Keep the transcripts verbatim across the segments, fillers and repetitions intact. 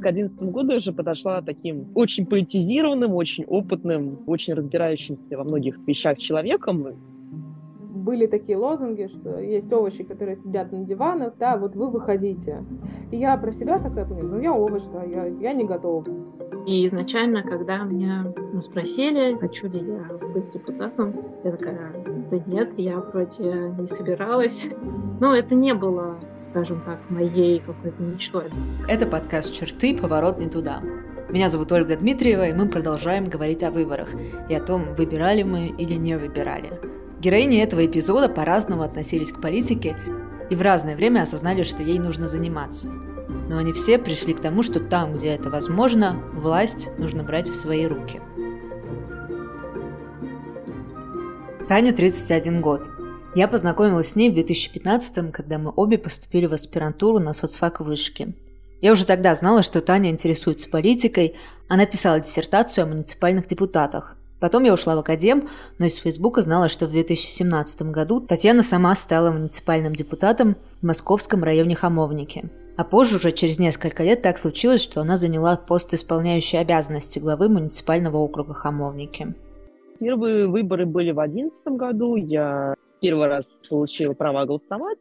к одиннадцатому году уже подошла таким очень политизированным, очень опытным, очень разбирающимся во многих вещах человеком. Были такие лозунги, что есть овощи, которые сидят на диванах, да, вот вы выходите. И я про себя такая понимаю, ну я овощ, да, я, я не готова. И изначально, когда меня спросили, хочу ли я быть депутатом, я такая, да нет, я вроде не собиралась. Но это не было, скажем так, моей какой-то мечтой. Это подкаст «Черты. Поворот не туда». Меня зовут Ольга Дмитриева, и мы продолжаем говорить о выборах и о том, выбирали мы или не выбирали. Героини этого эпизода по-разному относились к политике и в разное время осознали, что ей нужно заниматься. Но они все пришли к тому, что там, где это возможно, власть нужно брать в свои руки. Тане тридцать один год. Я познакомилась с ней в две тысячи пятнадцатом, когда мы обе поступили в аспирантуру на соцфак вышки. Я уже тогда знала, что Таня интересуется политикой, она писала диссертацию о муниципальных депутатах. Потом я ушла в академ, но из Фейсбука знала, что в две тысячи семнадцатом году Татьяна сама стала муниципальным депутатом в Московском районе Хамовники. А позже, уже через несколько лет, так случилось, что она заняла пост исполняющей обязанности главы муниципального округа Хамовники. Первые выборы были в две тысячи одиннадцатом году. Я первый раз получила право голосовать,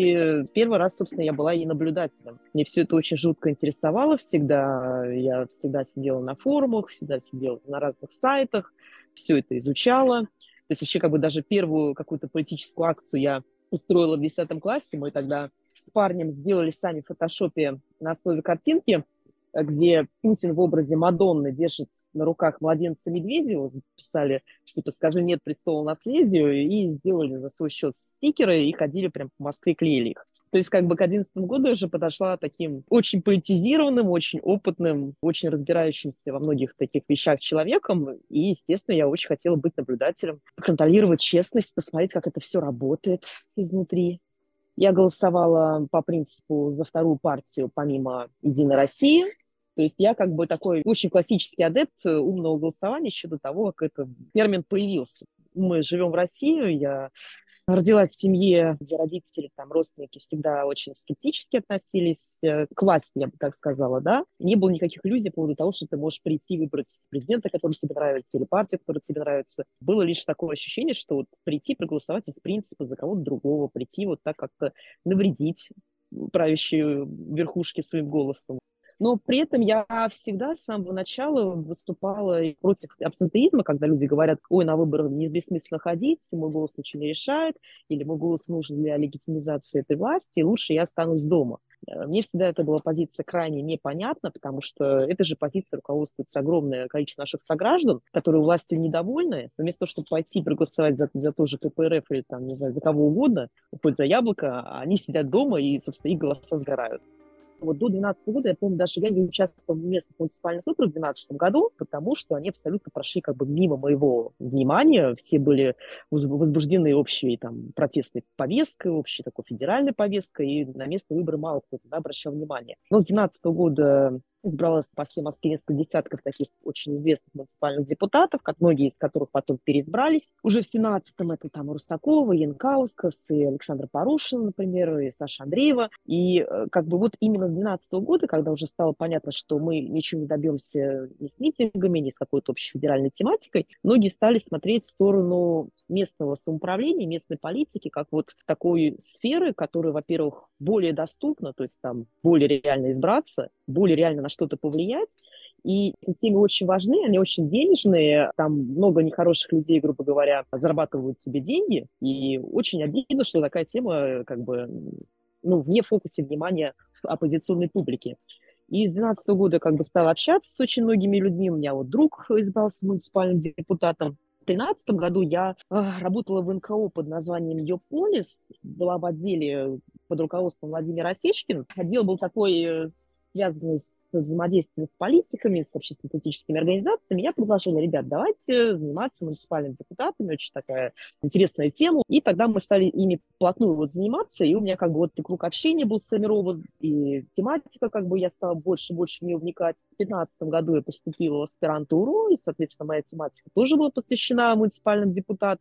и первый раз, собственно, я была и наблюдателем. Мне все это очень жутко интересовало всегда. Я всегда сидела на форумах, всегда сидела на разных сайтах, все это изучала. То есть вообще как бы даже первую какую-то политическую акцию я устроила в десятом классе. Мы тогда с парнем сделали сами в фотошопе на основе картинки, где Путин в образе Мадонны держит на руках младенца Медведева, писали, типа «Скажи нет престолу наследию», и сделали за свой счет стикеры и ходили прям по Москве, клеили их. То есть как бы к одиннадцатому году уже подошла таким очень политизированным, очень опытным, очень разбирающимся во многих таких вещах человеком, и, естественно, я очень хотела быть наблюдателем, контролировать честность, посмотреть, как это все работает изнутри. Я голосовала по принципу за вторую партию помимо «Единой России». То есть я как бы такой очень классический адепт умного голосования еще до того, как этот термин появился. Мы живем в России, я родилась в семье, где родители, там, родственники всегда очень скептически относились к власти, я бы так сказала, да. Не было никаких иллюзий по поводу того, что ты можешь прийти и выбрать президента, который тебе нравится, или партию, которая тебе нравится. Было лишь такое ощущение, что вот прийти, проголосовать из принципа за кого-то другого, прийти вот так как-то навредить правящей верхушке своим голосом. Но при этом я всегда с самого начала выступала против абсентеизма, когда люди говорят, ой, на выборы не бессмысленно ходить, мой голос ничего не решает, или мой голос нужен для легитимизации этой власти, и лучше я останусь дома. Мне всегда это была позиция крайне непонятна, потому что этой же позицией руководствуется огромное количество наших сограждан, которые властью недовольны. Вместо того, чтобы пойти проголосовать за, за ту же КПРФ или там, не знаю, за кого угодно, хоть за Яблоко, они сидят дома и, собственно, их голоса сгорают. Вот до две тысячи двенадцатого года, я помню, даже я не участвовала в местных муниципальных выборах в две тысячи двенадцатом году, потому что они абсолютно прошли как бы мимо моего внимания. Все были возбуждены общей там протестной повесткой, общей такой федеральной повесткой, и на место выбора мало кто туда обращал внимание. Но с две тысячи двенадцатого года избралось по всей Москве несколько десятков таких очень известных муниципальных депутатов, как многие из которых потом переизбрались. Уже в семнадцатом это там Русакова, Янкаускас, и Александр Порушин, например, и Саша Андреева. И как бы вот именно с две тысячи двенадцатого года, когда уже стало понятно, что мы ничего не добьемся ни с митингами, ни с какой-то общей федеральной тематикой, многие стали смотреть в сторону местного самоуправления, местной политики, как вот такой сферы, которая, во-первых, более доступна, то есть там более реально избраться, более реально на что-то повлиять. И эти темы очень важны, они очень денежные, там много нехороших людей, грубо говоря, зарабатывают себе деньги, и очень обидно, что такая тема как бы ну, вне фокуса внимания оппозиционной публики. И с две тысячи двенадцатого года как бы стала общаться с очень многими людьми. У меня вот друг избрался муниципальным депутатом. В две тысячи тринадцатом году я э, работала в эн ка о под названием «Йополис», была в отделе под руководством Владимира Осечкина. Отдел был такой связанный с взаимодействием с политиками, с общественно-политическими организациями. Я предложила, ребят, давайте заниматься муниципальными депутатами, очень такая интересная тема. И тогда мы стали ими вплотную вот заниматься, и у меня как бы вот и круг общения был сформирован, и тематика как бы я стала больше и больше в нее вникать. В две тысячи пятнадцатом году я поступила в аспирантуру, и, соответственно, моя тематика тоже была посвящена муниципальным депутатам.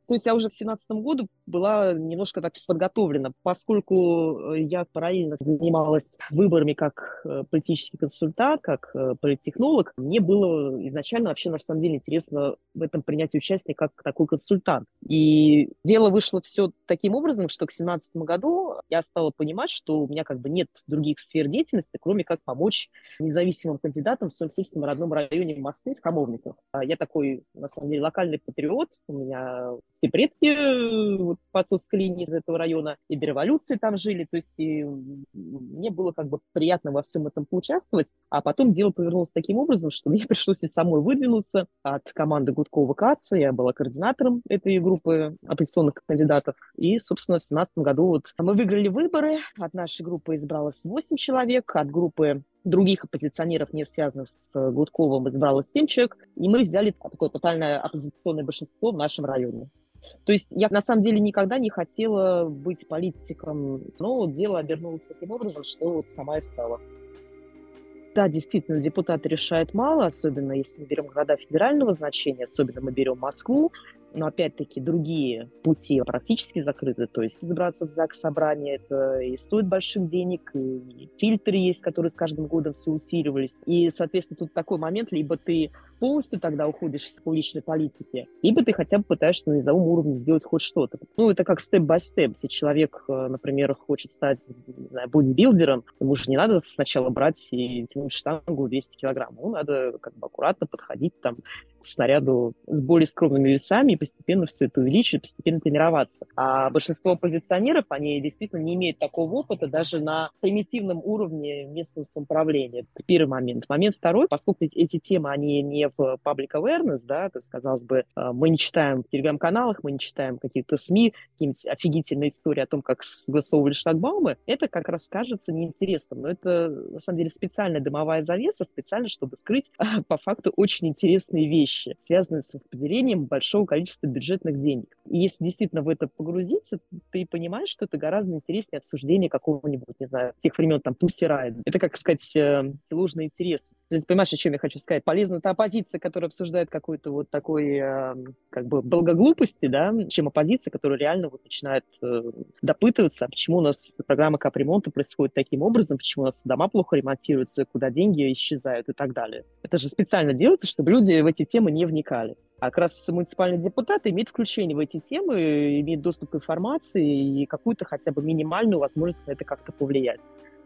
То есть я уже к семнадцатому году была немножко так подготовлена, поскольку я параллельно занималась выборами как э, политический консультант, как э, политтехнолог. Мне было изначально вообще на самом деле интересно в этом принять участие как такой консультант. И дело вышло все таким образом, что к семнадцатому году я стала понимать, что у меня как бы нет других сфер деятельности, кроме как помочь независимым кандидатам в своем собственном родном районе Москвы, в Камовниках. Я такой, на самом деле, локальный патриот. У меня все предки вот, по отцовской линии из этого района и до революции там жили, то есть и мне было как бы приятно во всем этом поучаствовать, а потом дело повернулось таким образом, что мне пришлось и самой выдвинуться от команды Гудкова-Каца, я была координатором этой группы оппозиционных кандидатов, и, собственно, в семнадцатом году вот мы выиграли выборы, от нашей группы избралось восемь человек, от группы других оппозиционеров, не связанных с Гудковым, избралось семь человек, и мы взяли такое тотальное оппозиционное большинство в нашем районе. То есть я на самом деле никогда не хотела быть политиком, но вот дело обернулось таким образом, что вот сама и стала. Да, действительно, депутаты решают мало, особенно если мы берем города федерального значения, особенно мы берем Москву, но опять-таки другие пути практически закрыты, то есть избраться в ЗАГС собрание, это и стоит больших денег, и фильтры есть, которые с каждым годом все усиливались, и, соответственно, тут такой момент, либо ты полностью тогда уходишь из публичной политики, либо ты хотя бы пытаешься на низовом уровне сделать хоть что-то. Ну, это как степ-бай-степ. Если человек, например, хочет стать, не знаю, бодибилдером, ему же не надо сначала брать и тянуть штангу двести килограмм. Ему надо как бы аккуратно подходить там к снаряду с более скромными весами и постепенно все это увеличивать, постепенно тренироваться. А большинство оппозиционеров, они действительно не имеют такого опыта даже на примитивном уровне местного самоуправления. Это первый момент. Момент второй, поскольку эти темы, они не в public awareness, да, то есть, казалось бы, мы не читаем в телеграм-каналах, мы не читаем каких-то СМИ, какие-нибудь офигительные истории о том, как согласовывали шлагбаумы, это как раз кажется неинтересным. Но это, на самом деле, специальная дымовая завеса, специально, чтобы скрыть по факту очень интересные вещи, связанные с распределением большого количества бюджетных денег. И если действительно в это погрузиться, ты понимаешь, что это гораздо интереснее обсуждения какого-нибудь, не знаю, тех времен там Pussy Riot. Это, как сказать, ложный интерес. Ты понимаешь, о чем я хочу сказать? Полезна та оппозиция, которая обсуждает какой-то вот такой, э, как бы, благоглупости, да, чем оппозиция, которая реально вот начинает э, допытываться, почему у нас программа капремонта происходит таким образом, почему у нас дома плохо ремонтируются, куда деньги исчезают и так далее. Это же специально делается, чтобы люди в эти темы не вникали. А как раз муниципальный депутат имеет включение в эти темы, имеет доступ к информации и какую-то хотя бы минимальную возможность на это как-то повлиять.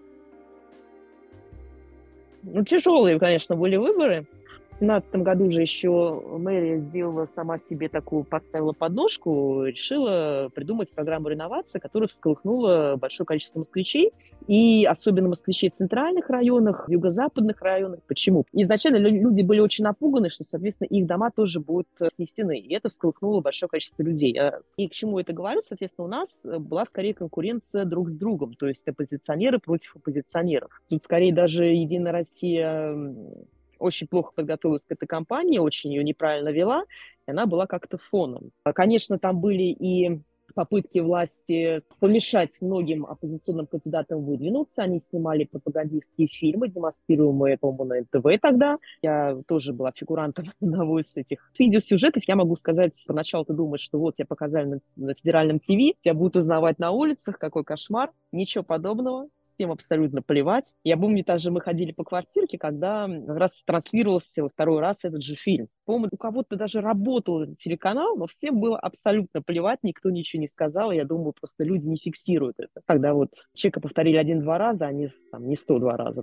Ну, тяжелые, конечно, были выборы. В две тысячи семнадцатом году же еще мэрия сделала сама себе такую, подставила подножку, решила придумать программу реновации, которая всколыхнула большое количество москвичей, и особенно москвичей в центральных районах, в юго-западных районах. Почему? Изначально люди были очень напуганы, что, соответственно, их дома тоже будут снесены, и это всколыхнуло большое количество людей. И к чему это говорю? Соответственно, у нас была скорее конкуренция друг с другом, то есть оппозиционеры против оппозиционеров. Тут скорее даже Единая Россия очень плохо подготовилась к этой кампании, очень ее неправильно вела, и она была как-то фоном. Конечно, там были и попытки власти помешать многим оппозиционным кандидатам выдвинуться. Они снимали пропагандистские фильмы, демонстрируемые, по-моему, на эн тэ вэ тогда. Я тоже была фигурантом одного из этих видеосюжетов. Я могу сказать, поначалу ты думаешь, что вот тебя показали на, на федеральном ТВ, тебя будут узнавать на улицах, какой кошмар. Ничего подобного. Всем абсолютно плевать. Я помню, даже мы ходили по квартирке, когда как раз транслировался во второй раз этот же фильм. По-моему, у кого-то даже работал этот телеканал, но всем было абсолютно плевать, никто ничего не сказал. Я думаю, просто люди не фиксируют это. Когда вот человека повторили один-два раза, а не, там, не сто два раза.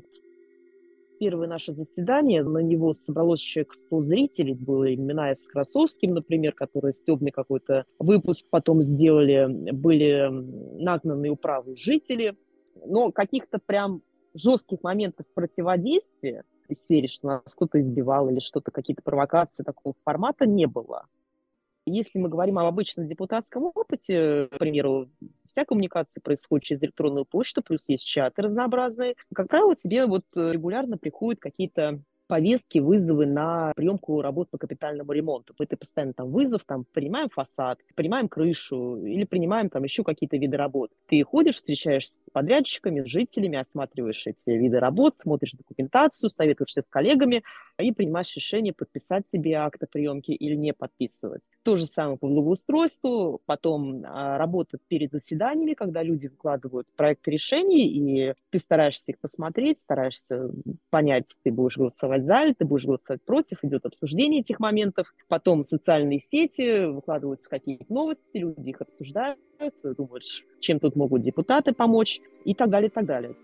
Первое наше заседание, на него собралось человек сто зрителей, было Минаев с Красовским, например, которые стебный какой-то выпуск потом сделали, были нагнаны управы жители. Но каких-то прям жестких моментов противодействия из серии, что нас кто-то избивал или что-то, какие-то провокации такого формата не было. Если мы говорим об обычном депутатском опыте, к примеру, вся коммуникация происходит через электронную почту, плюс есть чаты разнообразные, как правило, тебе вот регулярно приходят какие-то повестки, вызовы на приемку работ по капитальному ремонту. Это постоянно там вызов, там принимаем фасад, принимаем крышу или принимаем там еще какие-то виды работ. Ты ходишь, встречаешься с подрядчиками, с жителями, осматриваешь эти виды работ, смотришь документацию, советуешься с коллегами, и принимаешь решение, подписать себе акт о приемке или не подписывать. То же самое по благоустройству, потом а, работа перед заседаниями, когда люди выкладывают проекты решений, и ты стараешься их посмотреть, стараешься понять, ты будешь голосовать за или ты будешь голосовать против, идет обсуждение этих моментов. Потом социальные сети, выкладываются какие-то новости, люди их обсуждают, думаешь, чем тут могут депутаты помочь, и так далее, и так далее.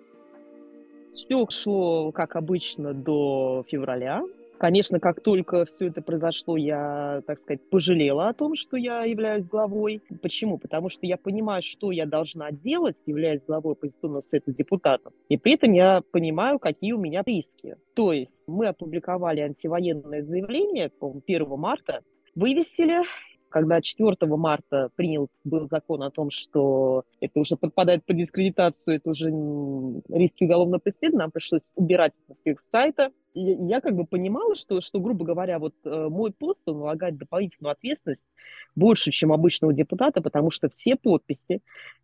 Все шло, как обычно, до февраля. Конечно, как только все это произошло, я, так сказать, пожалела о том, что я являюсь главой. Почему? Потому что я понимаю, что я должна делать, являясь главой оппозиционного совета депутатов. И при этом я понимаю, какие у меня риски. То есть мы опубликовали антивоенное заявление, по-моему, первого марта, вывесили. Когда четвёртого марта принял был закон о том, что это уже подпадает под дискредитацию, это уже риски уголовного преследования, нам пришлось убирать этот текст с сайта. И я как бы понимала, что, что, грубо говоря, вот мой пост, он налагает дополнительную ответственность больше, чем обычного депутата, потому что все подписи,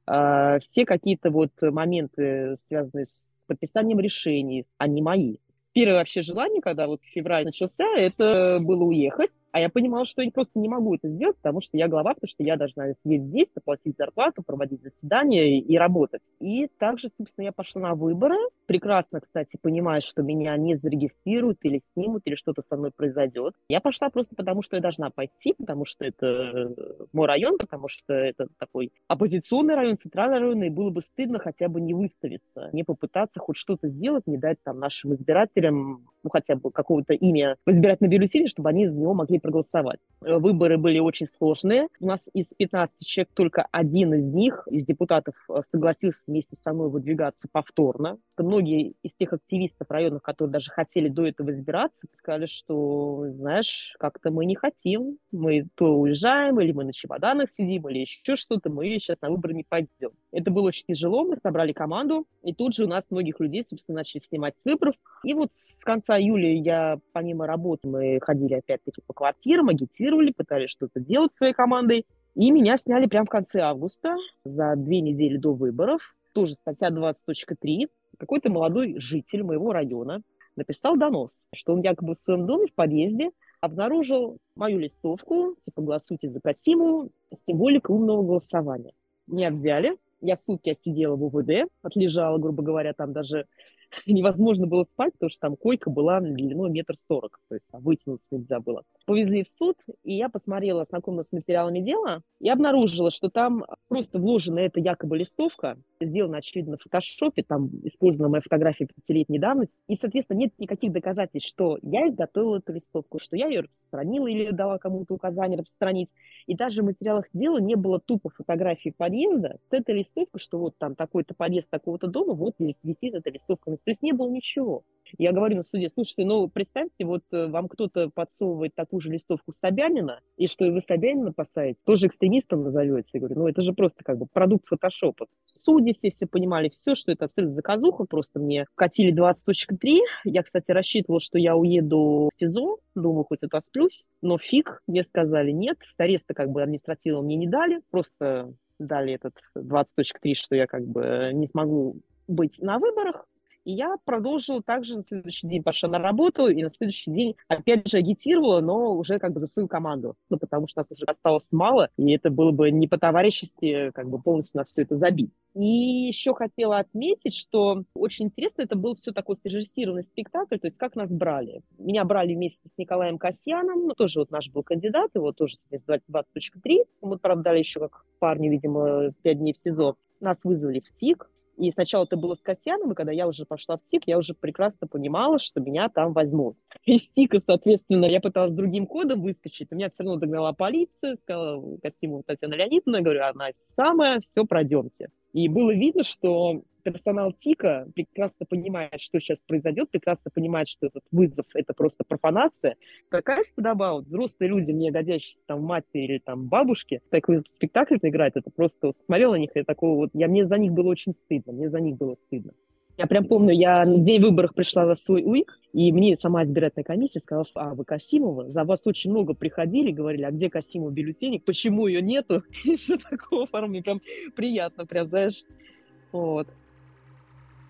все какие-то вот моменты, связанные с подписанием решений, они мои. Первое вообще желание, когда вот февраль начался, это было уехать. А я понимала, что я просто не могу это сделать, потому что я глава, потому что я должна сидеть здесь, платить зарплату, проводить заседания и, и работать. И также, собственно, я пошла на выборы. Прекрасно, кстати, понимая, что меня не зарегистрируют или снимут, или что-то со мной произойдет. Я пошла просто потому, что я должна пойти, потому что это мой район, потому что это такой оппозиционный район, центральный район, и было бы стыдно хотя бы не выставиться, не попытаться хоть что-то сделать, не дать там нашим избирателям, ну, хотя бы какого-то имя в избирательном бюллетене, чтобы они за него могли проголосовать. Выборы были очень сложные. У нас из пятнадцати человек только один из них, из депутатов, согласился вместе со мной выдвигаться повторно. Многие из тех активистов районов, которые даже хотели до этого избираться, сказали, что, знаешь, как-то мы не хотим, мы то уезжаем, или мы на чемоданах сидим, или еще что-то, мы сейчас на выборы не пойдем. Это было очень тяжело, мы собрали команду, и тут же у нас многих людей, собственно, начали снимать с выборов. И вот с конца июля я, помимо работы, мы ходили опять-таки по квартирам, агитировали, пытались что-то делать своей командой. И меня сняли прямо в конце августа, за две недели до выборов. Тоже статья двадцать точка три. Какой-то молодой житель моего района написал донос, что он якобы в своем доме в подъезде обнаружил мою листовку, типа «Голосуйте за Касимову», с символикой умного голосования. Меня взяли, я сутки сидела в УВД, отлежала, грубо говоря, там даже невозможно было спать, потому что там койка была длиной метр сорок, то есть там вытянуться нельзя было. Повезли в суд, и я посмотрела, ознакомилась с материалами дела, и обнаружила, что там просто вложена эта якобы листовка, сделана, очевидно, в фотошопе, там использована моя фотография пятилетней давности, и, соответственно, нет никаких доказательств, что я изготовила эту листовку, что я ее распространила или дала кому-то указание распространить. И даже в материалах дела не было тупо фотографии подъезда с этой листовкой, что вот там такой-то подъезд такого-то дома, вот висит эта листовка. То есть не было ничего. Я говорю на суде: слушайте, ну представьте, вот вам кто-то подсовывает такую же листовку Собянина, и что и вы Собянина посадите, тоже экстремистом назовете. Я говорю, ну это же просто как бы продукт фотошопа. Судьи все все понимали все, что это абсолютно заказуха, просто мне вкатили двадцать точка три. Я, кстати, рассчитывала, что я уеду в СИЗО, думаю, хоть отосплюсь, но фиг, мне сказали нет. Ареста как бы административного мне не дали, просто дали этот двадцать точка три, что я как бы не смогу быть на выборах. И я продолжила также на следующий день, пошла на работу, и на следующий день опять же агитировала, но уже как бы за свою команду. Ну, потому что нас уже осталось мало, и это было бы не по-товарищески как бы полностью на все это забить. И еще хотела отметить, что очень интересно, это был все такой срежиссированный спектакль, то есть как нас брали. Меня брали вместе с Николаем Касьяном, ну, тоже вот наш был кандидат, его тоже двадцать точка три. Мы, правда, дали еще как парни, видимо, пять дней в СИЗО. Нас вызвали в ТИК. И сначала это было с Касьяном, и когда я уже пошла в ТИК, я уже прекрасно понимала, что меня там возьмут. Из ТИКа, соответственно, я пыталась другим кодом выскочить, но меня все равно догнала полиция, сказала Касимова Татьяна Леонидовна, я говорю, она самая, все, пройдемте. И было видно, что персонал ТИКа прекрасно понимает, что сейчас произойдет, прекрасно понимает, что этот вызов – это просто профанация. Какая стыдоба, вот взрослые люди, мне годящиеся там матери или там бабушки, такой спектакль играть, это просто вот, смотрела на них, и такого вот, я, мне за них было очень стыдно, мне за них было стыдно. Я прям помню, я на день выборов пришла на свой УИК, и мне сама избирательная комиссия сказала, а, вы Касимова, за вас очень много приходили, говорили, а где Касимова бюллетень, почему ее нету, и все такого формы, мне прям приятно, прям, знаешь, вот.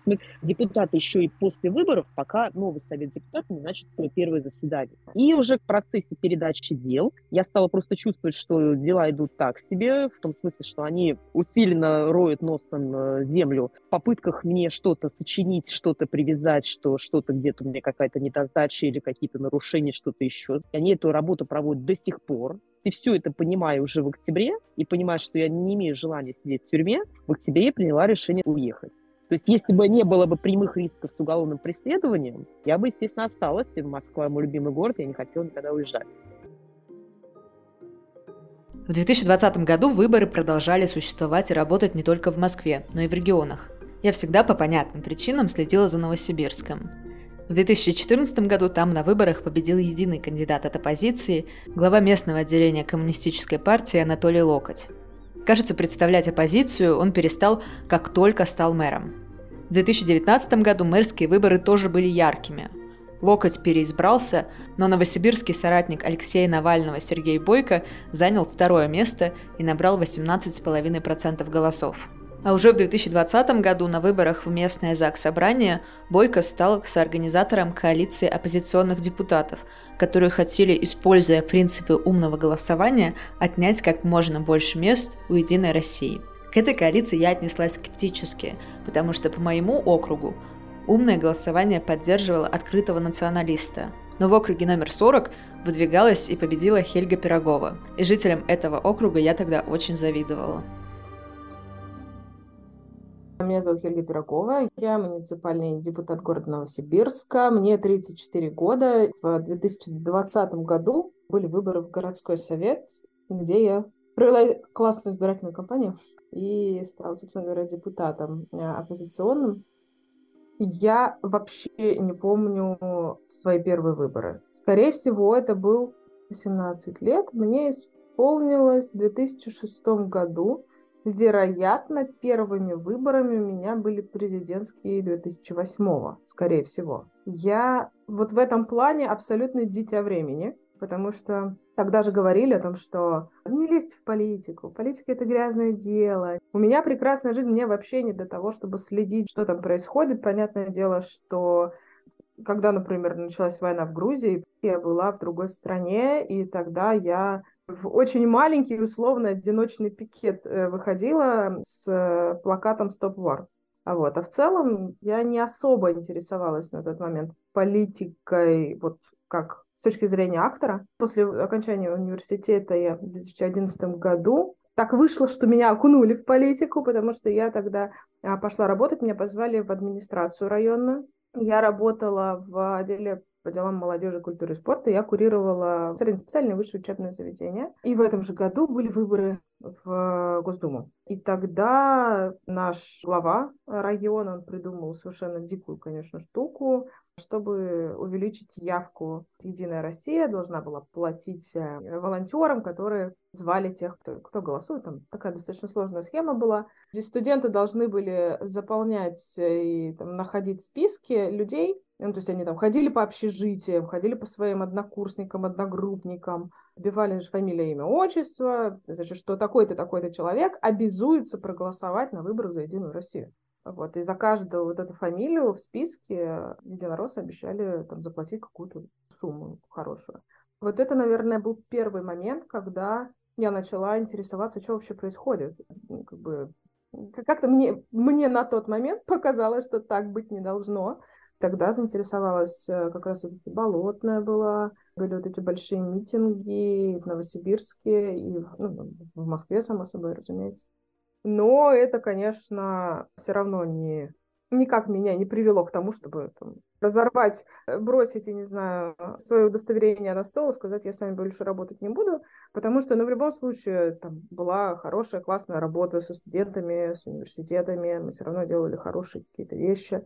Мы депутаты еще и после выборов, пока новый совет депутатов не начал свое первое заседание. И уже в процессе передачи дел я стала просто чувствовать, что дела идут так себе, в том смысле, что они усиленно роют носом э, землю в попытках мне что-то сочинить, что-то привязать, что что-то где-то у меня какая-то недостача или какие-то нарушения, что-то еще. И они эту работу проводят до сих пор. И все это понимаю уже в октябре, и понимаю, что я не имею желания сидеть в тюрьме, в октябре я приняла решение уехать. То есть если бы не было бы прямых рисков с уголовным преследованием, я бы, естественно, осталась. И Москва мой любимый город, я не хотела никогда уезжать. В две тысячи двадцатом году выборы продолжали существовать и работать не только в Москве, но и в регионах. Я всегда по понятным причинам следила за Новосибирском. В две тысячи четырнадцатом году там на выборах победил единый кандидат от оппозиции, глава местного отделения Коммунистической партии Анатолий Локоть. Кажется, представлять оппозицию он перестал, как только стал мэром. В две тысячи девятнадцатом году мэрские выборы тоже были яркими. Локоть переизбрался, но новосибирский соратник Алексея Навального Сергей Бойко занял второе место и набрал восемнадцать целых пять десятых процента голосов. А уже в две тысячи двадцатом году на выборах в местное Заксобрание Бойко стал соорганизатором коалиции оппозиционных депутатов, которые хотели, используя принципы умного голосования, отнять как можно больше мест у «Единой России». К этой коалиции я отнеслась скептически, потому что по моему округу умное голосование поддерживало открытого националиста. Но в округе номер сорок выдвигалась и победила Хельга Пирогова, и жителям этого округа я тогда очень завидовала. Меня зовут Хельга Пирогова, я муниципальный депутат города Новосибирска, мне тридцать четыре года. В две тысячи двадцатом году были выборы в городской совет, где я провела классную избирательную кампанию и стала, собственно говоря, депутатом оппозиционным. Я вообще не помню свои первые выборы. Скорее всего, это был восемнадцать лет. Мне исполнилось в две тысячи шестом году. Вероятно, первыми выборами у меня были президентские две тысячи восьмого, скорее всего. Я вот в этом плане абсолютно дитя времени, потому что тогда же говорили о том, что не лезьте в политику, политика — это грязное дело. У меня прекрасная жизнь, мне вообще не до того, чтобы следить, что там происходит. Понятное дело, что когда, например, началась война в Грузии, я была в другой стране, и тогда я в очень маленький, условно, одиночный пикет выходила с плакатом «Stop War». А, вот. а в целом я не особо интересовалась на тот момент политикой, вот как с точки зрения актора. После окончания университета я в две тысячи одиннадцатом году так вышло, что меня окунули в политику, потому что я тогда пошла работать, меня позвали в администрацию районную. Я работала в отделе по делам молодежи, культуры и спорта. Я курировала среднеспециальное высшее учебное заведение. И в этом же году были выборы в Госдуму. И тогда наш глава района, он придумал совершенно дикую, конечно, штуку, чтобы увеличить явку. Единая Россия должна была платить волонтерам, которые звали тех, кто, кто голосует. Там такая достаточно сложная схема была. Здесь студенты должны были заполнять и там, находить списки людей. Ну, то есть они там ходили по общежитиям, ходили по своим однокурсникам, одногруппникам, вбивали же фамилия, имя, отчество, значит, что такой-то, такой-то человек обязуется проголосовать на выборах за Единую Россию. Вот. И за каждую вот эту фамилию в списке единороссы обещали там, заплатить какую-то сумму хорошую. Вот это, наверное, был первый момент, когда я начала интересоваться, что вообще происходит. Ну, как бы, как-то мне, мне на тот момент показалось, что так быть не должно. Тогда заинтересовалась как раз вот Болотная была, были вот эти большие митинги в Новосибирске и ну, в Москве, само собой, разумеется. Но это, конечно, все равно не, никак меня не привело к тому, чтобы там, разорвать, бросить, я не знаю, свое удостоверение на стол и сказать, я с вами больше работать не буду, потому что, ну, в любом случае, там была хорошая, классная работа со студентами, с университетами, мы все равно делали хорошие какие-то вещи.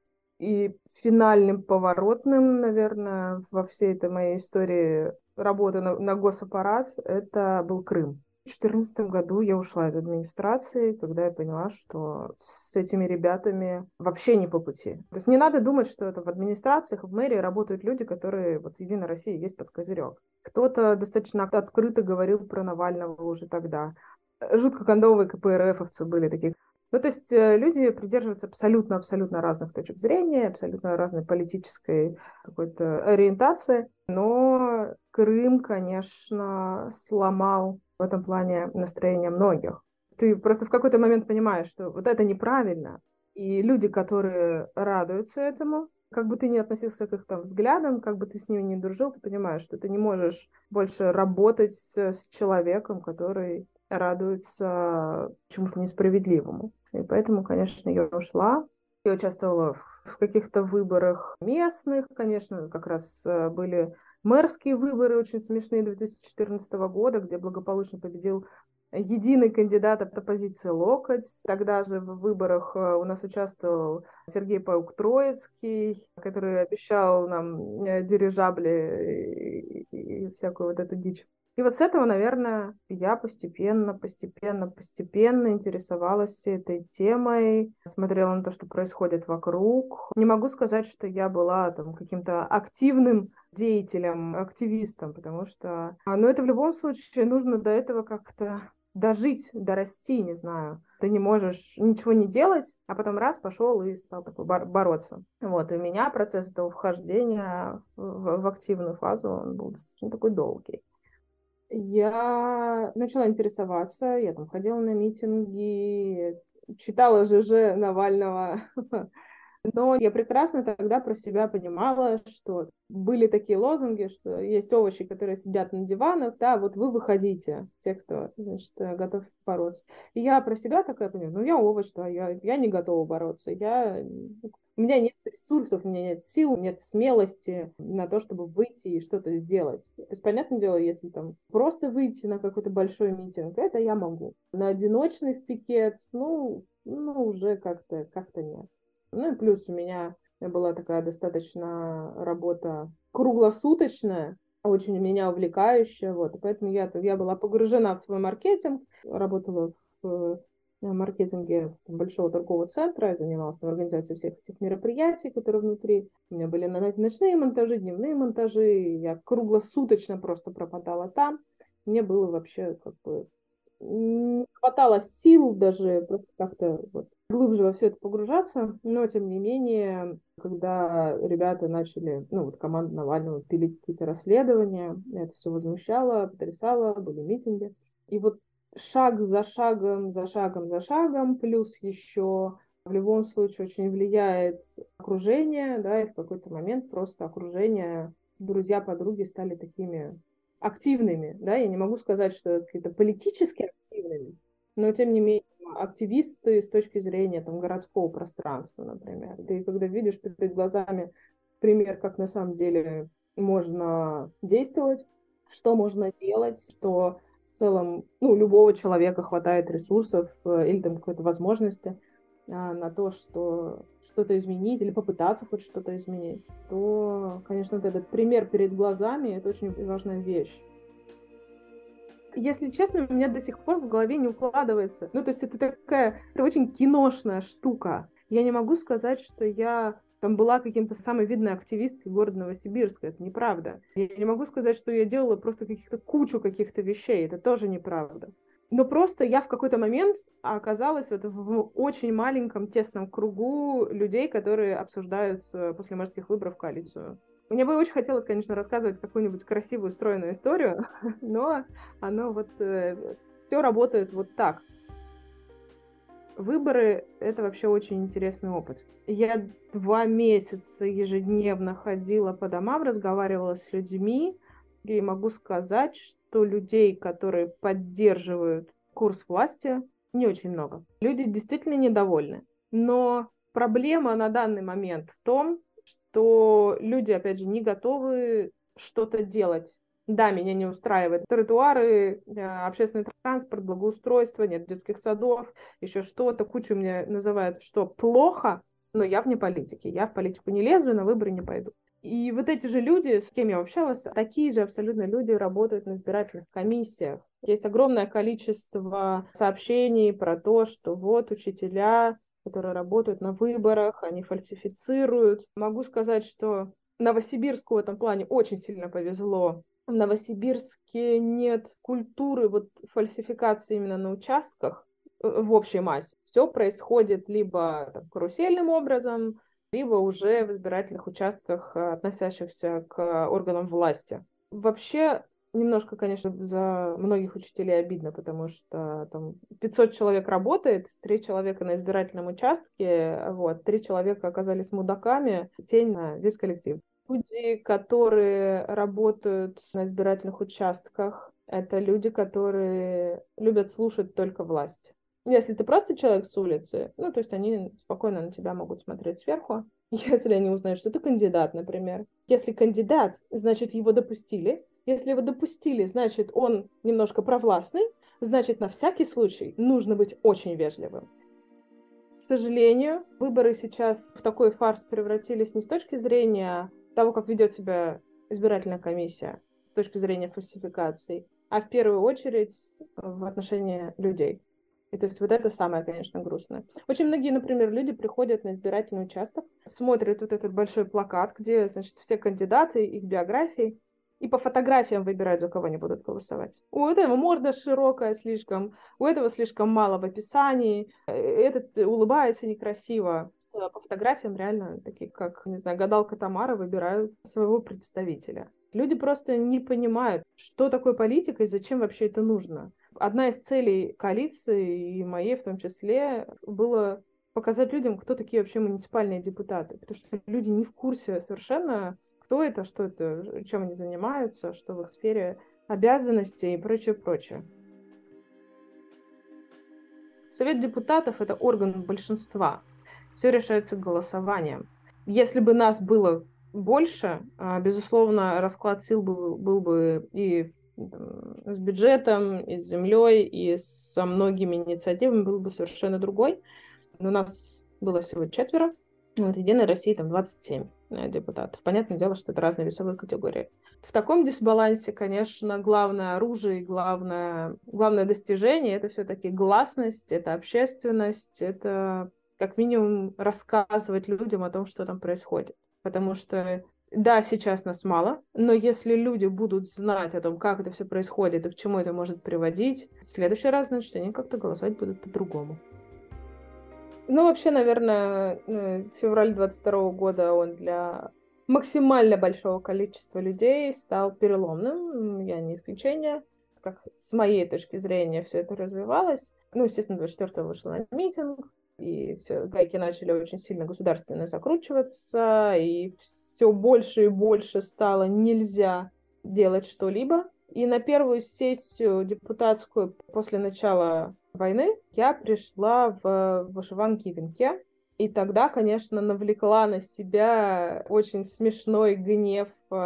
И финальным поворотным, наверное, во всей этой моей истории работы на, на госаппарат это был Крым. В две тысячи четырнадцатом году я ушла из администрации, когда я поняла, что с этими ребятами вообще не по пути. То есть не надо думать, что это в администрациях, в мэрии работают люди, которые вот в Единой России есть под козырек. Кто-то достаточно открыто говорил про Навального уже тогда. Жутко кондовые ка пэ эр эфовцы были такие. Ну, то есть э, люди придерживаются абсолютно-абсолютно разных точек зрения, абсолютно разной политической какой-то ориентации, но Крым, конечно, сломал в этом плане настроение многих. Ты просто в какой-то момент понимаешь, что вот это неправильно, и люди, которые радуются этому, как бы ты ни относился к их там взглядам, как бы ты с ними ни дружил, ты понимаешь, что ты не можешь больше работать с, с человеком, который радуется чему-то несправедливому. И поэтому, конечно, я ушла. Я участвовала в, в каких-то выборах местных, конечно, как раз э, были мэрские выборы очень смешные две тысячи четырнадцатого года, где благополучно победил единый кандидат от оппозиции Локоть. Тогда же в выборах у нас участвовал Сергей Паук-Троицкий, который обещал нам дирижабли и, и всякую вот эту дичь. И вот с этого, наверное, я постепенно, постепенно, постепенно интересовалась этой темой, смотрела на то, что происходит вокруг. Не могу сказать, что я была там каким-то активным деятелем, активистом, потому что, ну, это в любом случае нужно до этого как-то дожить, дорасти, не знаю. Ты не можешь ничего не делать, а потом раз пошел и стал такой бор- бороться. Вот, и у меня процесс этого вхождения в, в активную фазу, он был достаточно такой долгий. Я начала интересоваться, я там ходила на митинги, читала ЖЖ Навального, но я прекрасно тогда про себя понимала, что были такие лозунги, что есть овощи, которые сидят на диванах, да, вот вы выходите, те, кто, значит, готов бороться. И я про себя такая понимаю, ну я овощ, да, я, я не готова бороться, я... У меня нет ресурсов, у меня нет сил, нет смелости на то, чтобы выйти и что-то сделать. То есть, понятное дело, если там просто выйти на какой-то большой митинг, это я могу. На одиночный в пикет, ну, ну уже как-то, как-то нет. Ну и плюс у меня была такая достаточно работа круглосуточная, очень меня увлекающая, вот, и поэтому я, я была погружена в свой маркетинг, работала в маркетинге большого торгового центра, я занималась в организации всех этих мероприятий, которые внутри. У меня были ночные монтажи, дневные монтажи, я круглосуточно просто пропадала там. Мне было вообще как бы не хватало сил даже просто как-то вот глубже во все это погружаться, но тем не менее, когда ребята начали, ну вот команда Навального пилить какие-то расследования, это все возмущало, потрясало, были митинги. И вот шаг за шагом, за шагом, за шагом, плюс еще в любом случае очень влияет окружение, да, и в какой-то момент просто окружение, друзья, подруги стали такими активными, да, я не могу сказать, что какие-то политически активными, но тем не менее активисты с точки зрения там городского пространства, например. Ты когда видишь перед глазами пример, как на самом деле можно действовать, что можно делать, что в целом, ну, любого человека хватает ресурсов или там какой-то возможности а, на то, что что-то изменить или попытаться хоть что-то изменить, то, конечно, вот этот пример перед глазами — это очень важная вещь. Если честно, у меня до сих пор в голове не укладывается. Ну, то есть это такая, это очень киношная штука. Я не могу сказать, что я там была каким-то самой видной активисткой города Новосибирска. Это неправда. Я не могу сказать, что я делала просто каких-то кучу каких-то вещей. Это тоже неправда. Но просто я в какой-то момент оказалась в, в очень маленьком тесном кругу людей, которые обсуждают после мэрских выборов коалицию. Мне бы очень хотелось, конечно, рассказывать какую-нибудь красивую, стройную историю, но оно вот э, все работает вот так. Выборы — это вообще очень интересный опыт. Я два месяца ежедневно ходила по домам, разговаривала с людьми, и могу сказать, что людей, которые поддерживают курс власти, не очень много. Люди действительно недовольны. Но проблема на данный момент в том, что люди, опять же, не готовы что-то делать. Да, меня не устраивает тротуары, общественный транспорт, благоустройство, нет детских садов, еще что-то. Кучу мне называют, что плохо, но я вне политики. Я в политику не лезу и на выборы не пойду. И вот эти же люди, с кем я общалась, такие же абсолютно люди работают на избирательных комиссиях. Есть огромное количество сообщений про то, что вот учителя, которые работают на выборах, они фальсифицируют. Могу сказать, что Новосибирску в этом плане очень сильно повезло. В Новосибирске нет культуры вот фальсификации именно на участках. в общей массе. Все происходит либо там, карусельным образом, либо уже в избирательных участках, относящихся к органам власти. Вообще, немножко, конечно, за многих учителей обидно, потому что там пятьсот человек работает, три человека на избирательном участке, вот, три человека оказались мудаками, тень на весь коллектив. Люди, которые работают на избирательных участках, это люди, которые любят слушать только власть. Если ты просто человек с улицы, ну, то есть они спокойно на тебя могут смотреть сверху. Если они узнают, что ты кандидат, например. Если кандидат, значит, его допустили. Если его допустили, значит, он немножко провластный. Значит, на всякий случай нужно быть очень вежливым. К сожалению, выборы сейчас в такой фарс превратились не с точки зрения того, как ведет себя избирательная комиссия, с точки зрения фальсификаций, а в первую очередь в отношении людей. И то есть вот это самое, конечно, грустное. Очень многие, например, люди приходят на избирательный участок, смотрят вот этот большой плакат, где, значит, все кандидаты, их биографии, и по фотографиям выбирают, за кого они будут голосовать. У этого морда широкая слишком, у этого слишком мало в описании, этот улыбается некрасиво. По фотографиям реально такие, как, не знаю, гадалка Тамара выбирают своего представителя. Люди просто не понимают, что такое политика и зачем вообще это нужно. Одна из целей коалиции, и моей в том числе, было показать людям, кто такие вообще муниципальные депутаты. Потому что люди не в курсе совершенно, кто это, что это, чем они занимаются, что в их сфере обязанностей и прочее, прочее. Совет депутатов – это орган большинства. Все решается голосованием. Если бы нас было больше, безусловно, расклад сил был, был бы и с бюджетом, и с землей, и со многими инициативами был бы совершенно другой. Но у нас было всего четверо. Вот Единой России там двадцать семь депутатов. Понятное дело, что это разные весовые категории. В таком дисбалансе, конечно, главное оружие и главное, главное достижение – это все-таки гласность, это общественность, это как минимум рассказывать людям о том, что там происходит. Потому что, да, сейчас нас мало, но если люди будут знать о том, как это все происходит и к чему это может приводить, в следующий раз, значит, они как-то голосовать будут по-другому. Ну, вообще, наверное, февраль двадцать второго года он для максимально большого количества людей стал переломным. Я не исключение. Как с моей точки зрения все это развивалось. Ну, естественно, двадцать четвёртого вышел на митинг, и все, гайки начали очень сильно государственно закручиваться, и все больше и больше стало нельзя делать что-либо. И на первую сессию депутатскую после начала войны я пришла в вышиванке и венке. И тогда, конечно, навлекла на себя очень смешной гнев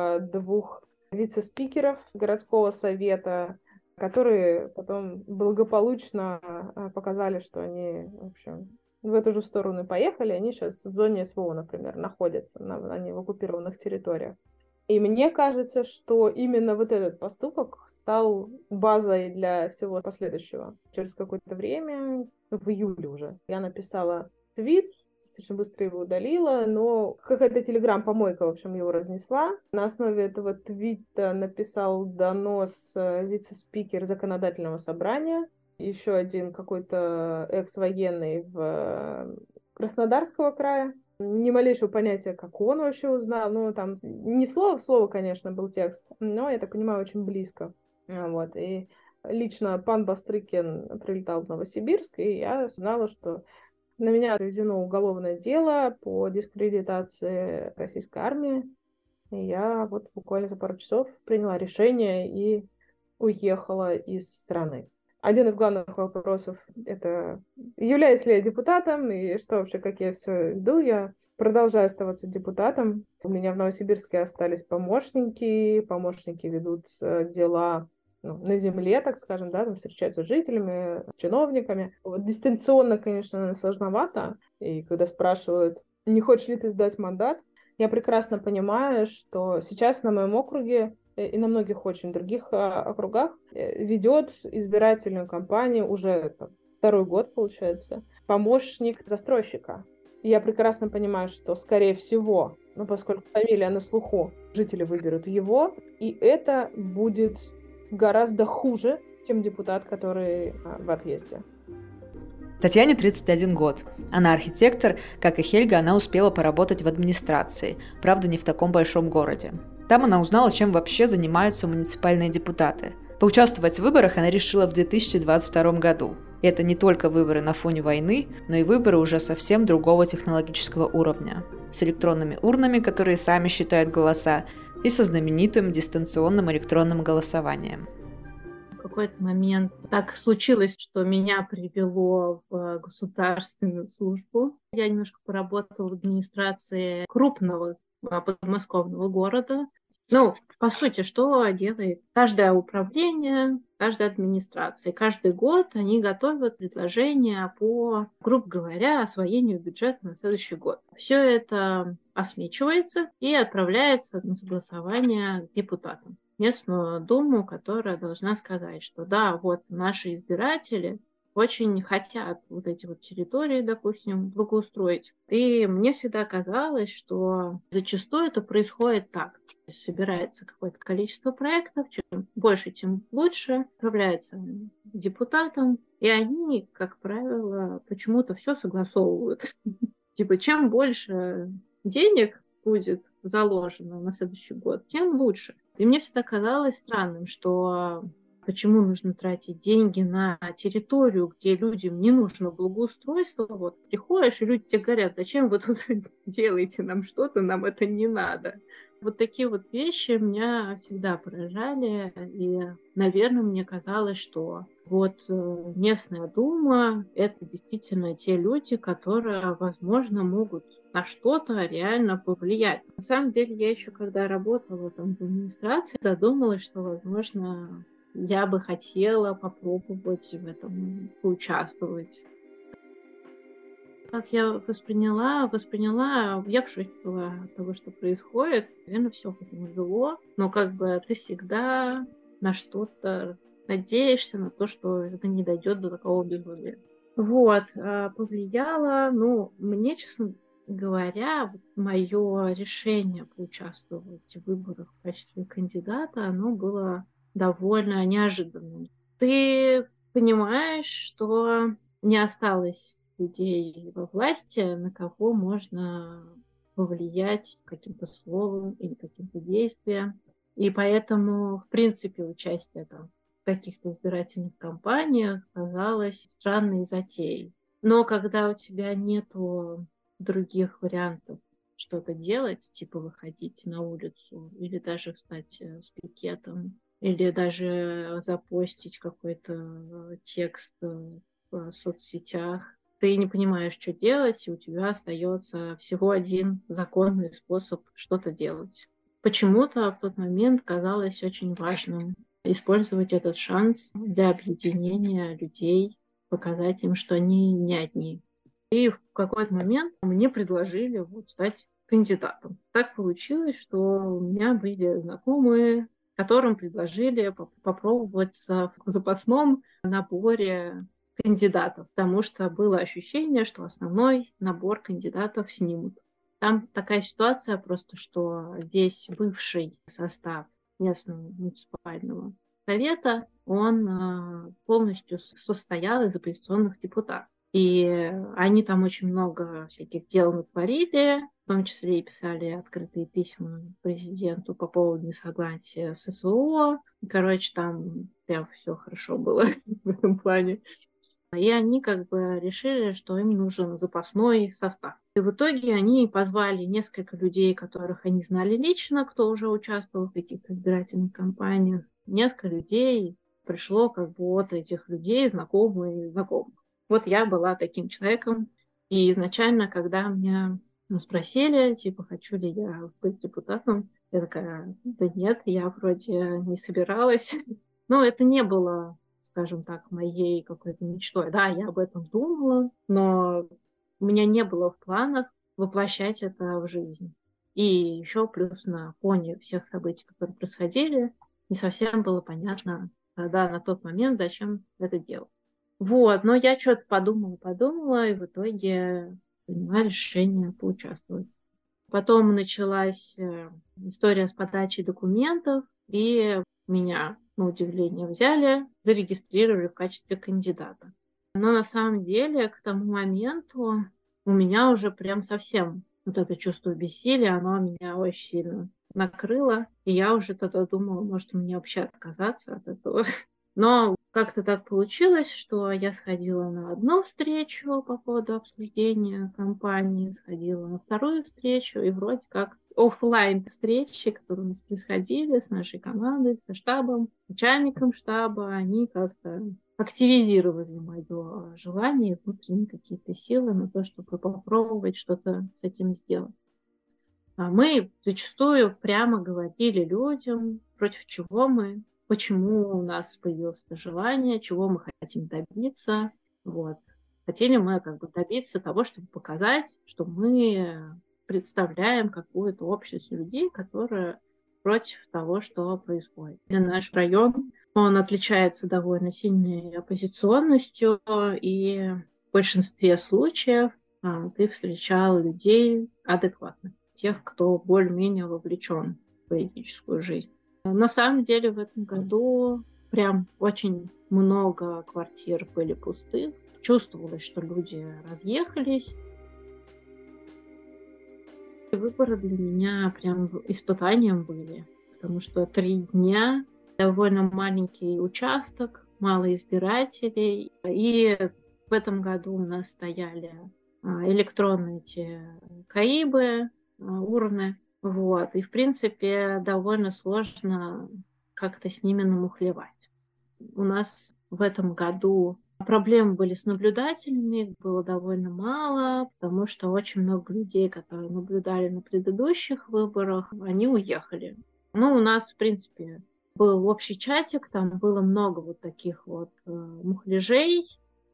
двух вице-спикеров городского совета, которые потом благополучно показали, что они, в общем, в эту же сторону поехали. Они сейчас в зоне СВО, например, находятся, они в оккупированных территориях. И мне кажется, что именно вот этот поступок стал базой для всего последующего. Через какое-то время, в июле уже, я написала твит, достаточно быстро его удалила, но какая-то телеграм-помойка, в общем, его разнесла. На основе этого твита написал донос вице-спикер законодательного собрания, еще один какой-то экс-военный в Краснодарского края. Ни малейшего понятия, как он вообще узнал. Ну, там не слово в слово, конечно, был текст, но, я так понимаю, очень близко. Вот. И лично пан Бастрыкин прилетал в Новосибирск, и я знала, что на меня заведено уголовное дело по дискредитации российской армии. И я вот буквально за пару часов приняла решение и уехала из страны. Один из главных вопросов — это являюсь ли я депутатом и что вообще, как я все веду. Я продолжаю оставаться депутатом. У меня в Новосибирске остались помощники. Помощники ведут дела ну, на земле, так скажем, да, там встречаются с жителями, с чиновниками. Вот дистанционно, конечно, сложновато. И когда спрашивают, не хочешь ли ты сдать мандат, я прекрасно понимаю, что сейчас на моем округе и на многих очень других округах ведет избирательную кампанию уже там, второй год, получается, помощник застройщика. И я прекрасно понимаю, что, скорее всего, ну, поскольку фамилия на слуху, жители выберут его, и это будет гораздо хуже, чем депутат, который в отъезде. Татьяне тридцать один год. Она архитектор, как и Хельга, она успела поработать в администрации, правда, не в таком большом городе. Там она узнала, чем вообще занимаются муниципальные депутаты. Поучаствовать в выборах она решила в две тысячи двадцать втором году. И это не только выборы на фоне войны, но и выборы уже совсем другого технологического уровня. С электронными урнами, которые сами считают голоса, и со знаменитым дистанционным электронным голосованием. В какой-то момент так случилось, что меня привело в государственную службу. Я немножко поработала в администрации крупного подмосковного города. Ну, по сути, что делает каждое управление, каждая администрация? Каждый год они готовят предложения по, грубо говоря, освоению бюджета на следующий год. Все это осмечивается и отправляется на согласование к депутатам. Местную думу, которая должна сказать, что да, вот наши избиратели очень хотят вот эти вот территории, допустим, благоустроить. И мне всегда казалось, что зачастую это происходит так. Собирается какое-то количество проектов, чем больше, тем лучше, отправляется депутатам, и они, как правило, почему-то все согласовывают. Типа, чем больше денег будет заложено на следующий год, тем лучше. И мне всегда казалось странным, что почему нужно тратить деньги на территорию, где людям не нужно благоустройство. Вот приходишь, и люди тебе говорят, зачем вы тут делаете нам что-то, нам это не надо. Вот такие вот вещи меня всегда поражали, и, наверное, мне казалось, что вот местная дума — это действительно те люди, которые, возможно, могут на что-то реально повлиять. На самом деле, я еще когда работала там в администрации, задумалась, что, возможно, я бы хотела попробовать в этом поучаствовать. Как я восприняла, восприняла, я в шоке была от того, что происходит. Наверное, все к этому вело, но как бы ты всегда на что-то надеешься, на то, что это не дойдет до такого безумия. Вот, повлияло, ну, мне, честно говоря, мое решение поучаствовать в выборах в качестве кандидата, оно было довольно неожиданным. Ты понимаешь, что не осталось людей во власти, на кого можно повлиять каким-то словом или каким-то действием. И поэтому, в принципе, участие там в каких-то избирательных кампаниях казалось странной затеей. Но когда у тебя нету других вариантов что-то делать, типа выходить на улицу или даже встать с пикетом, или даже запостить какой-то текст в соцсетях, ты не понимаешь, что делать, и у тебя остается всего один законный способ что-то делать. Почему-то в тот момент казалось очень важным использовать этот шанс для объединения людей, показать им, что они не одни. И в какой-то момент мне предложили вот стать кандидатом. Так получилось, что у меня были знакомые, которым предложили попробовать в запасном наборе кандидатов, потому что было ощущение, что основной набор кандидатов снимут. Там такая ситуация просто, что весь бывший состав местного муниципального совета, он полностью состоял из оппозиционных депутатов. И они там очень много всяких дел натворили, в том числе и писали открытые письма президенту по поводу несогласия с СВО. Короче, там прям все хорошо было в этом плане. И они как бы решили, что им нужен запасной состав. И в итоге они позвали несколько людей, которых они знали лично, кто уже участвовал в каких-то избирательных кампаниях. Несколько людей пришло как бы от этих людей знакомые знакомых. Вот я была таким человеком. И изначально, когда меня спросили, типа, хочу ли я быть депутатом, я такая, да нет, я вроде не собиралась. Но это не было, скажем так, моей какой-то мечтой. Да, я об этом думала, но у меня не было в планах воплощать это в жизнь. И еще плюс на фоне всех событий, которые происходили, не совсем было понятно, да, на тот момент, зачем это делать. Вот, но я что-то подумала, подумала, и в итоге приняла решение поучаствовать. Потом началась история с подачей документов, и меня, на удивление, взяли, зарегистрировали в качестве кандидата. Но на самом деле к тому моменту у меня уже прям совсем вот это чувство бессилия, оно меня очень сильно накрыло. И я уже тогда думала, может, мне вообще отказаться от этого. Но как-то так получилось, что я сходила на одну встречу по поводу обсуждения кампании, сходила на вторую встречу, и вроде как офлайн встречи, которые у нас происходили с нашей командой, со штабом, начальником штаба, они как-то активизировали мое желание, внутренние какие-то силы на то, чтобы попробовать что-то с этим сделать. А мы зачастую прямо говорили людям, против чего мы, почему у нас появилось это желание, чего мы хотим добиться. Вот. Хотели мы как бы добиться того, чтобы показать, что мы представляем какую-то общность людей, которая против того, что происходит. И наш район, он отличается довольно сильной оппозиционностью, и в большинстве случаев а, ты встречал людей адекватных, тех, кто более-менее вовлечен в политическую жизнь. На самом деле в этом году прям очень много квартир были пустых. Чувствовалось, что люди разъехались. Выборы для меня прям испытанием были, потому что три дня, довольно маленький участок, мало избирателей. И в этом году у нас стояли электронные эти КАИБы, урны. Вот. И, в принципе, довольно сложно как-то с ними намухлевать. У нас в этом году проблемы были с наблюдателями, их было довольно мало, потому что очень много людей, которые наблюдали на предыдущих выборах, они уехали. Ну, у нас, в принципе, был общий чатик, там было много вот таких вот э, мухляжей,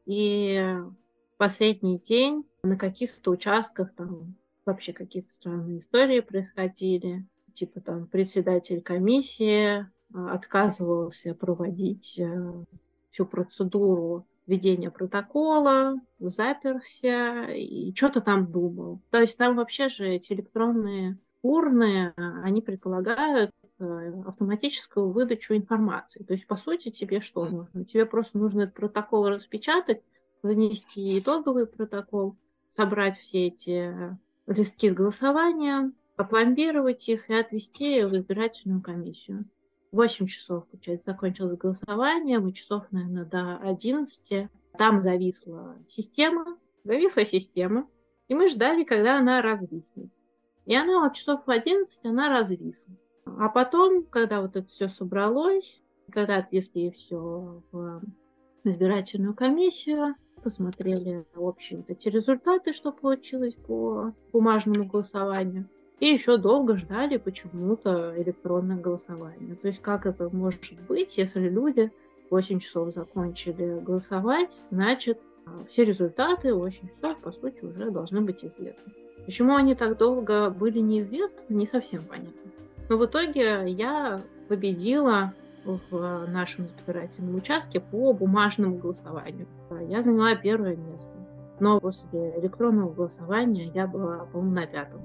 и в последний день на каких-то участках там вообще какие-то странные истории происходили. Типа там председатель комиссии отказывался проводить всю процедуру ведения протокола, заперся и что-то там думал. То есть там вообще же эти электронные урны, они предполагают автоматическую выдачу информации. То есть, по сути, тебе что нужно? Тебе просто нужно этот протокол распечатать, занести итоговый протокол, собрать все эти листки с голосованием, опломбировать их и отвести в избирательную комиссию. восемь часов, получается, закончилось голосование, мы часов, наверное, до одиннадцати. Там зависла система, зависла система, и мы ждали, когда она развиснет. И она вот часов в одиннадцать, она развисла. А потом, когда вот это все собралось, когда отвезли все в избирательную комиссию, посмотрели общие вот эти результаты, что получилось по бумажному голосованию. И еще долго ждали почему-то электронное голосование. То есть как это может быть, если люди восемь часов закончили голосовать, значит, все результаты в восемь часов, по сути, уже должны быть известны. Почему они так долго были неизвестны, не совсем понятно. Но в итоге я победила в нашем избирательном участке по бумажному голосованию. Я заняла первое место. Но после электронного голосования я была, по-моему, на пятом.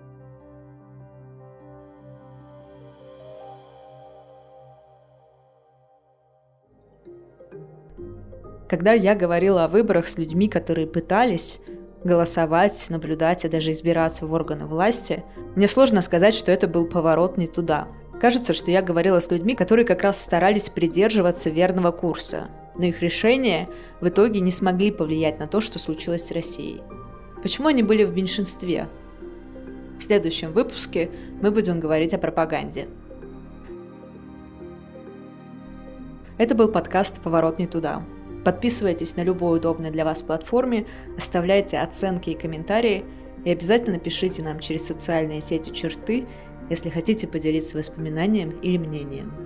Когда я говорила о выборах с людьми, которые пытались голосовать, наблюдать и даже избираться в органы власти, мне сложно сказать, что это был поворот не туда. Кажется, что я говорила с людьми, которые как раз старались придерживаться верного курса, но их решения в итоге не смогли повлиять на то, что случилось с Россией. Почему они были в меньшинстве? В следующем выпуске мы будем говорить о пропаганде. Это был подкаст «Поворот не туда». Подписывайтесь на любой удобной для вас платформе, оставляйте оценки и комментарии и обязательно пишите нам через социальные сети черты, если хотите поделиться воспоминанием или мнением.